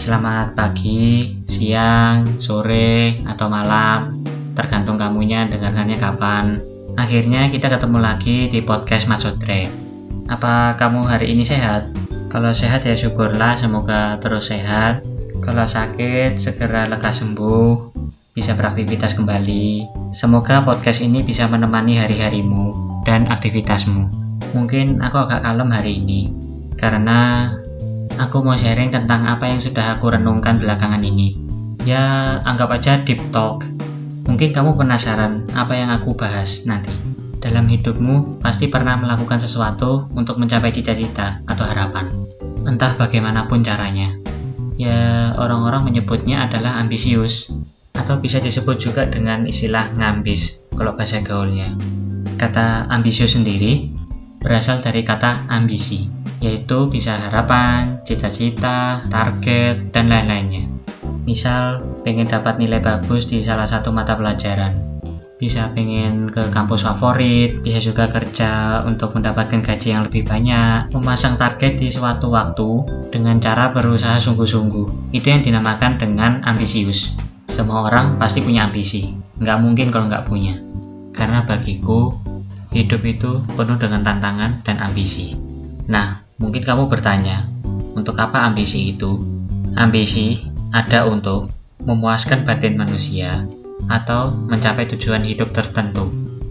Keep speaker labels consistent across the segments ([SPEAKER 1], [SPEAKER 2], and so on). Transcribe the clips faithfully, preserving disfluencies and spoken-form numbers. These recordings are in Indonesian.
[SPEAKER 1] Selamat pagi, siang, sore, atau malam, tergantung kamunya dengarkannya kapan. Akhirnya kita ketemu lagi di podcast Macotrek. Apa kamu hari ini sehat? Kalau sehat ya syukurlah, semoga terus sehat. Kalau sakit, segera lekas sembuh, bisa beraktivitas kembali. Semoga podcast ini bisa menemani hari-harimu dan aktivitasmu. Mungkin aku agak kalem hari ini, karena aku mau sharing tentang apa yang sudah aku renungkan belakangan ini. Ya, anggap aja deep talk. Mungkin kamu penasaran apa yang aku bahas nanti. Dalam hidupmu, pasti pernah melakukan sesuatu untuk mencapai cita-cita atau harapan. Entah bagaimanapun caranya. Ya, orang-orang menyebutnya adalah ambisius. Atau bisa disebut juga dengan istilah ngambis, kalau bahasa gaulnya. Kata ambisius sendiri berasal dari kata ambisi, yaitu bisa harapan, cita-cita, target, dan lain-lainnya. Misal, pengen dapat nilai bagus di salah satu mata pelajaran. Bisa pengen ke kampus favorit, bisa juga kerja untuk mendapatkan gaji yang lebih banyak, memasang target di suatu waktu dengan cara berusaha sungguh-sungguh. Itu yang dinamakan dengan ambisius. Semua orang pasti punya ambisi, nggak mungkin kalau nggak punya. Karena bagiku, hidup itu penuh dengan tantangan dan ambisi. Nah, mungkin kamu bertanya, untuk apa ambisi itu? Ambisi ada untuk memuaskan batin manusia atau mencapai tujuan hidup tertentu.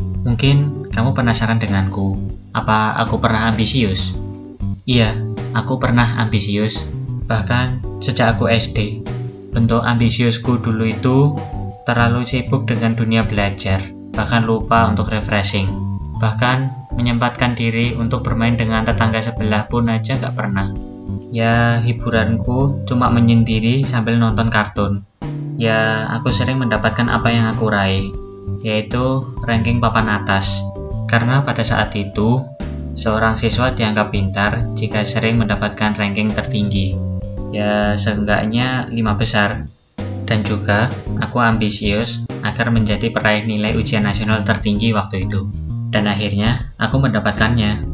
[SPEAKER 1] Mungkin kamu penasaran denganku, apa aku pernah ambisius? Iya, aku pernah ambisius, bahkan sejak aku S D. Bentuk ambisiusku dulu itu terlalu sibuk dengan dunia belajar, bahkan lupa untuk refreshing. Bahkan menyempatkan diri untuk bermain dengan tetangga sebelah pun aja gak pernah. Ya, hiburanku cuma menyendiri sambil nonton kartun. Ya, aku sering mendapatkan apa yang aku raih, yaitu ranking papan atas. Karena pada saat itu, seorang siswa dianggap pintar jika sering mendapatkan ranking tertinggi. Ya, seenggaknya lima besar. Dan juga, aku ambisius agar menjadi peraih nilai ujian nasional tertinggi waktu itu. Dan akhirnya, aku mendapatkannya.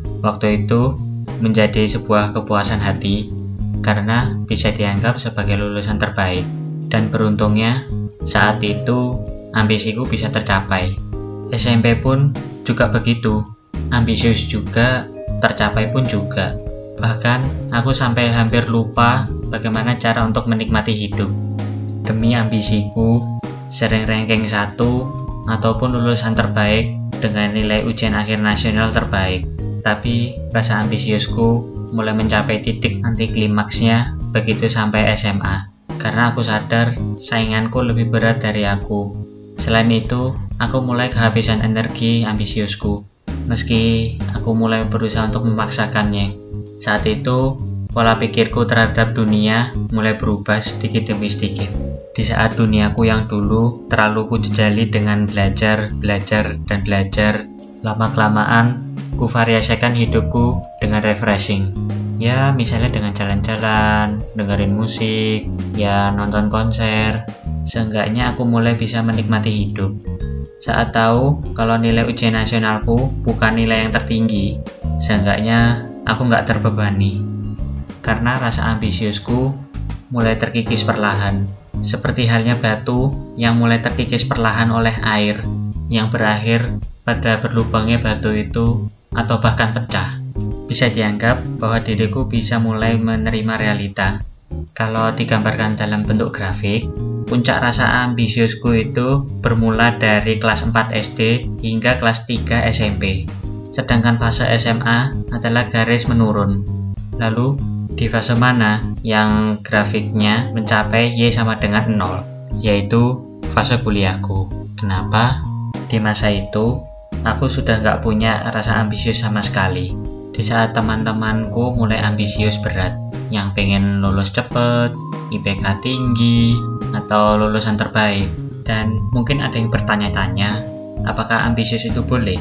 [SPEAKER 1] Waktu itu, menjadi sebuah kepuasan hati, karena bisa dianggap sebagai lulusan terbaik. Dan beruntungnya, saat itu, ambisiku bisa tercapai. S M P pun juga begitu, ambisius juga, tercapai pun juga. Bahkan, aku sampai hampir lupa bagaimana cara untuk menikmati hidup. Demi ambisiku, sering ranking satu, ataupun lulusan terbaik dengan nilai ujian akhir nasional terbaik. Tapi rasa ambisiusku mulai mencapai titik anti klimaksnya begitu sampai S M A. Karena aku sadar sainganku lebih berat dari aku. Selain itu, aku mulai kehabisan energi ambisiusku. Meski aku mulai berusaha untuk memaksakannya. Saat itu, pola pikirku terhadap dunia mulai berubah sedikit demi sedikit. Di saat duniaku yang dulu terlalu kujejali dengan belajar, belajar, dan belajar, lama-kelamaan ku variasikan hidupku dengan refreshing. Ya, misalnya dengan jalan-jalan, dengerin musik, ya nonton konser. Seenggaknya aku mulai bisa menikmati hidup. Saat tahu kalau nilai ujian nasionalku bukan nilai yang tertinggi, seenggaknya aku nggak terbebani. Karena rasa ambisiusku mulai terkikis perlahan. Seperti halnya batu yang mulai terkikis perlahan oleh air, yang berakhir pada berlubangnya batu itu atau bahkan pecah. Bisa dianggap bahwa diriku bisa mulai menerima realita. Kalau digambarkan dalam bentuk grafik, puncak rasa ambisiusku itu bermula dari kelas empat S D hingga kelas tiga S M P. Sedangkan fase S M A adalah garis menurun. Lalu, di fase mana yang grafiknya mencapai Y sama dengan nol, yaitu fase kuliahku. Kenapa? Di masa itu, aku sudah nggak punya rasa ambisius sama sekali. Di saat teman-temanku mulai ambisius berat, yang pengen lulus cepet, I P K tinggi, atau lulusan terbaik. Dan mungkin ada yang bertanya-tanya, apakah ambisius itu boleh?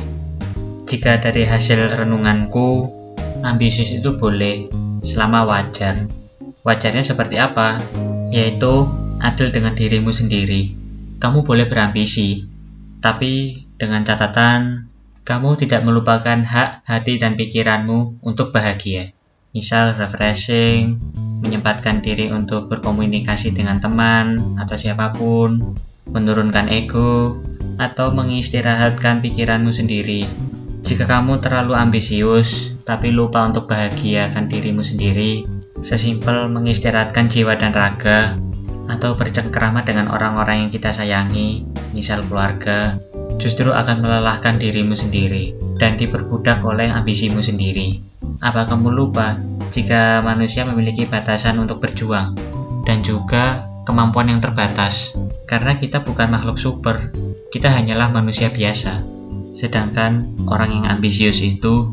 [SPEAKER 1] Jika dari hasil renunganku, ambisius itu boleh, selama wajar. Wajarnya seperti apa? Yaitu adil dengan dirimu sendiri. Kamu boleh berambisi, tapi dengan catatan, kamu tidak melupakan hak hati dan pikiranmu untuk bahagia. misal refreshing, menyempatkan diri untuk berkomunikasi dengan teman atau siapapun, menurunkan ego, atau mengistirahatkan pikiranmu sendiri. Jika kamu terlalu ambisius, tapi lupa untuk bahagiakan dirimu sendiri, sesimpel mengistirahatkan jiwa dan raga, atau bercengkrama dengan orang-orang yang kita sayangi, misal keluarga, justru akan melelahkan dirimu sendiri dan diperbudak oleh ambisimu sendiri. Apa kamu lupa jika manusia memiliki batasan untuk berjuang dan juga kemampuan yang terbatas? Karena kita bukan makhluk super, kita hanyalah manusia biasa. Sedangkan orang yang ambisius itu,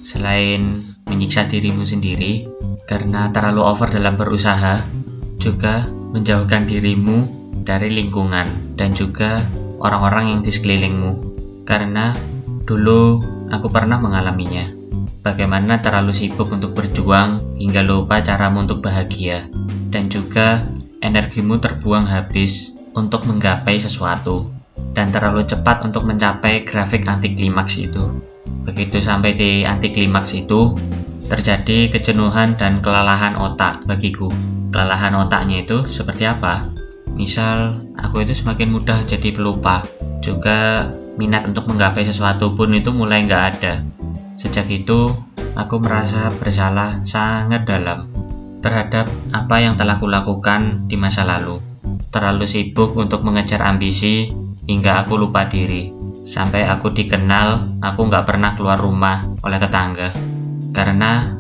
[SPEAKER 1] selain menyiksa dirimu sendiri karena terlalu over dalam berusaha, juga menjauhkan dirimu dari lingkungan dan juga orang-orang yang di sekelilingmu. Karena dulu aku pernah mengalaminya. Bagaimana terlalu sibuk untuk berjuang hingga lupa caramu untuk bahagia, dan juga energimu terbuang habis untuk menggapai sesuatu, dan terlalu cepat untuk mencapai grafik anti klimaks itu. Begitu sampai di anti klimaks itu, terjadi kejenuhan dan kelelahan otak bagiku. Kelelahan otaknya itu seperti apa? Misal, aku itu semakin mudah jadi pelupa. Juga minat untuk menggapai sesuatu pun itu mulai nggak ada. Sejak itu, aku merasa bersalah sangat dalam terhadap apa yang telah kulakukan di masa lalu. Terlalu sibuk untuk mengejar ambisi hingga aku lupa diri. Sampai aku dikenal, aku nggak pernah keluar rumah oleh tetangga. Karena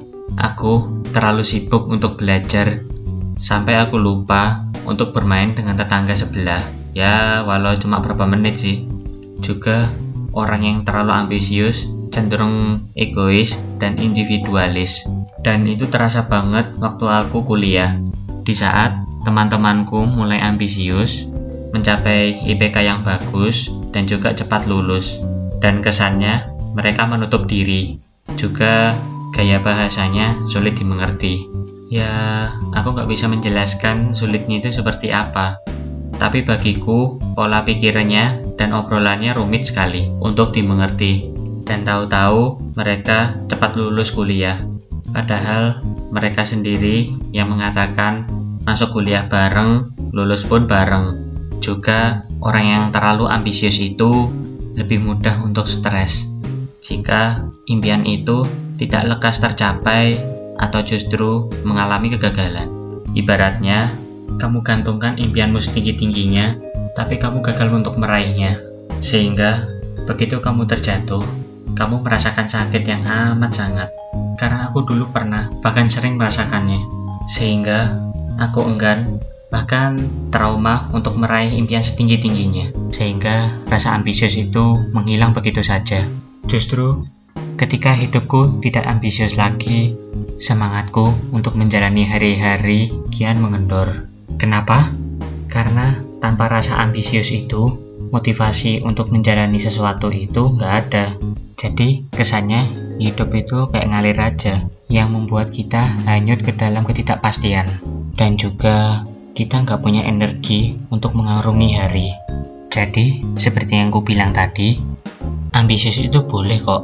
[SPEAKER 1] aku terlalu sibuk untuk belajar, sampai aku lupa untuk bermain dengan tetangga sebelah. Ya, walau cuma berapa menit sih. Juga orang yang terlalu ambisius cenderung egois dan individualis. Dan itu terasa banget waktu aku kuliah. Di saat teman-temanku mulai ambisius, mencapai I P K yang bagus, dan juga cepat lulus. Dan kesannya mereka menutup diri. Juga gaya bahasanya sulit dimengerti. Ya, aku nggak bisa menjelaskan sulitnya itu seperti apa. Tapi bagiku, pola pikirnya dan obrolannya rumit sekali untuk dimengerti. Dan tahu-tahu mereka cepat lulus kuliah. Padahal mereka sendiri yang mengatakan masuk kuliah bareng, lulus pun bareng. Juga orang yang terlalu ambisius itu lebih mudah untuk stres jika impian itu tidak lekas tercapai atau justru mengalami kegagalan. Ibaratnya, kamu gantungkan impianmu setinggi-tingginya, tapi kamu gagal untuk meraihnya. Sehingga, begitu kamu terjatuh, kamu merasakan sakit yang amat sangat. Karena aku dulu pernah, bahkan sering merasakannya. Sehingga, aku enggan, bahkan trauma untuk meraih impian setinggi-tingginya. Sehingga, rasa ambisius itu menghilang begitu saja. Justru, ketika hidupku tidak ambisius lagi, semangatku untuk menjalani hari-hari kian mengendor. Kenapa? Karena tanpa rasa ambisius itu, motivasi untuk menjalani sesuatu itu nggak ada. Jadi kesannya hidup itu kayak ngalir aja, yang membuat kita hanyut ke dalam ketidakpastian. Dan juga kita nggak punya energi untuk mengarungi hari. Jadi seperti yang ku bilang tadi, ambisius itu boleh kok,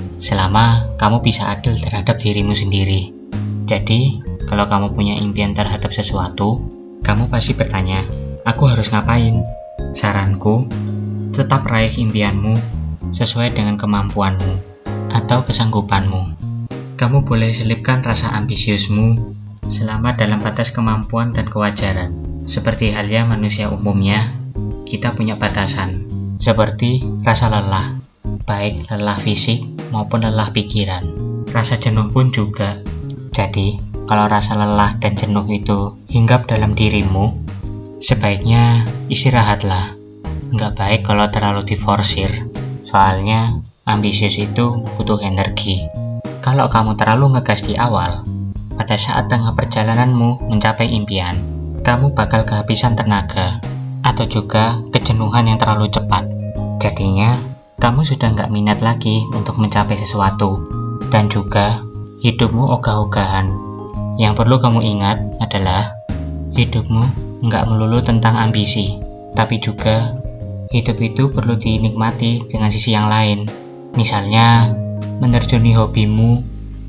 [SPEAKER 1] selama kamu bisa adil terhadap dirimu sendiri. Jadi, kalau kamu punya impian terhadap sesuatu, kamu pasti bertanya, aku harus ngapain? Saranku, tetap raih impianmu sesuai dengan kemampuanmu atau kesanggupanmu. Kamu boleh selipkan rasa ambisiusmu selama dalam batas kemampuan dan kewajaran. Seperti halnya manusia umumnya, kita punya batasan, seperti rasa lelah, baik lelah fisik maupun lelah pikiran. Rasa jenuh pun juga. Jadi, kalau rasa lelah dan jenuh itu hinggap dalam dirimu, sebaiknya istirahatlah. Nggak baik kalau terlalu diforsir, soalnya ambisius itu butuh energi. Kalau kamu terlalu ngegas di awal, pada saat tengah perjalananmu mencapai impian, kamu bakal kehabisan tenaga, atau juga kejenuhan yang terlalu cepat. Jadinya, kamu sudah nggak minat lagi untuk mencapai sesuatu, dan juga hidupmu ogah-ogahan. Yang perlu kamu ingat adalah hidupmu nggak melulu tentang ambisi, tapi juga hidup itu perlu dinikmati dengan sisi yang lain. Misalnya, menerjuni hobimu,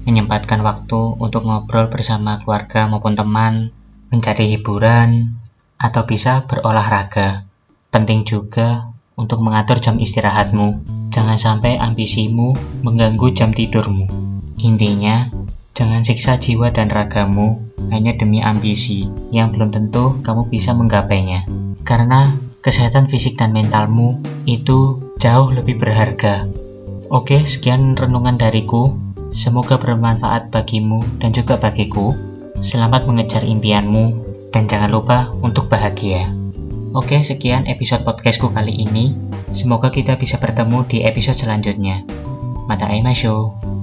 [SPEAKER 1] menyempatkan waktu untuk ngobrol bersama keluarga maupun teman, mencari hiburan, atau bisa berolahraga. Penting juga untuk mengatur jam istirahatmu. Jangan sampai ambisimu mengganggu jam tidurmu. Intinya, jangan siksa jiwa dan ragamu hanya demi ambisi yang belum tentu kamu bisa menggapainya. Karena kesehatan fisik dan mentalmu itu jauh lebih berharga. Oke, sekian renungan dariku. Semoga bermanfaat bagimu dan juga bagiku. Selamat mengejar impianmu dan jangan lupa untuk bahagia. Oke, sekian episode podcastku kali ini. Semoga kita bisa bertemu di episode selanjutnya. Mata Aima Show.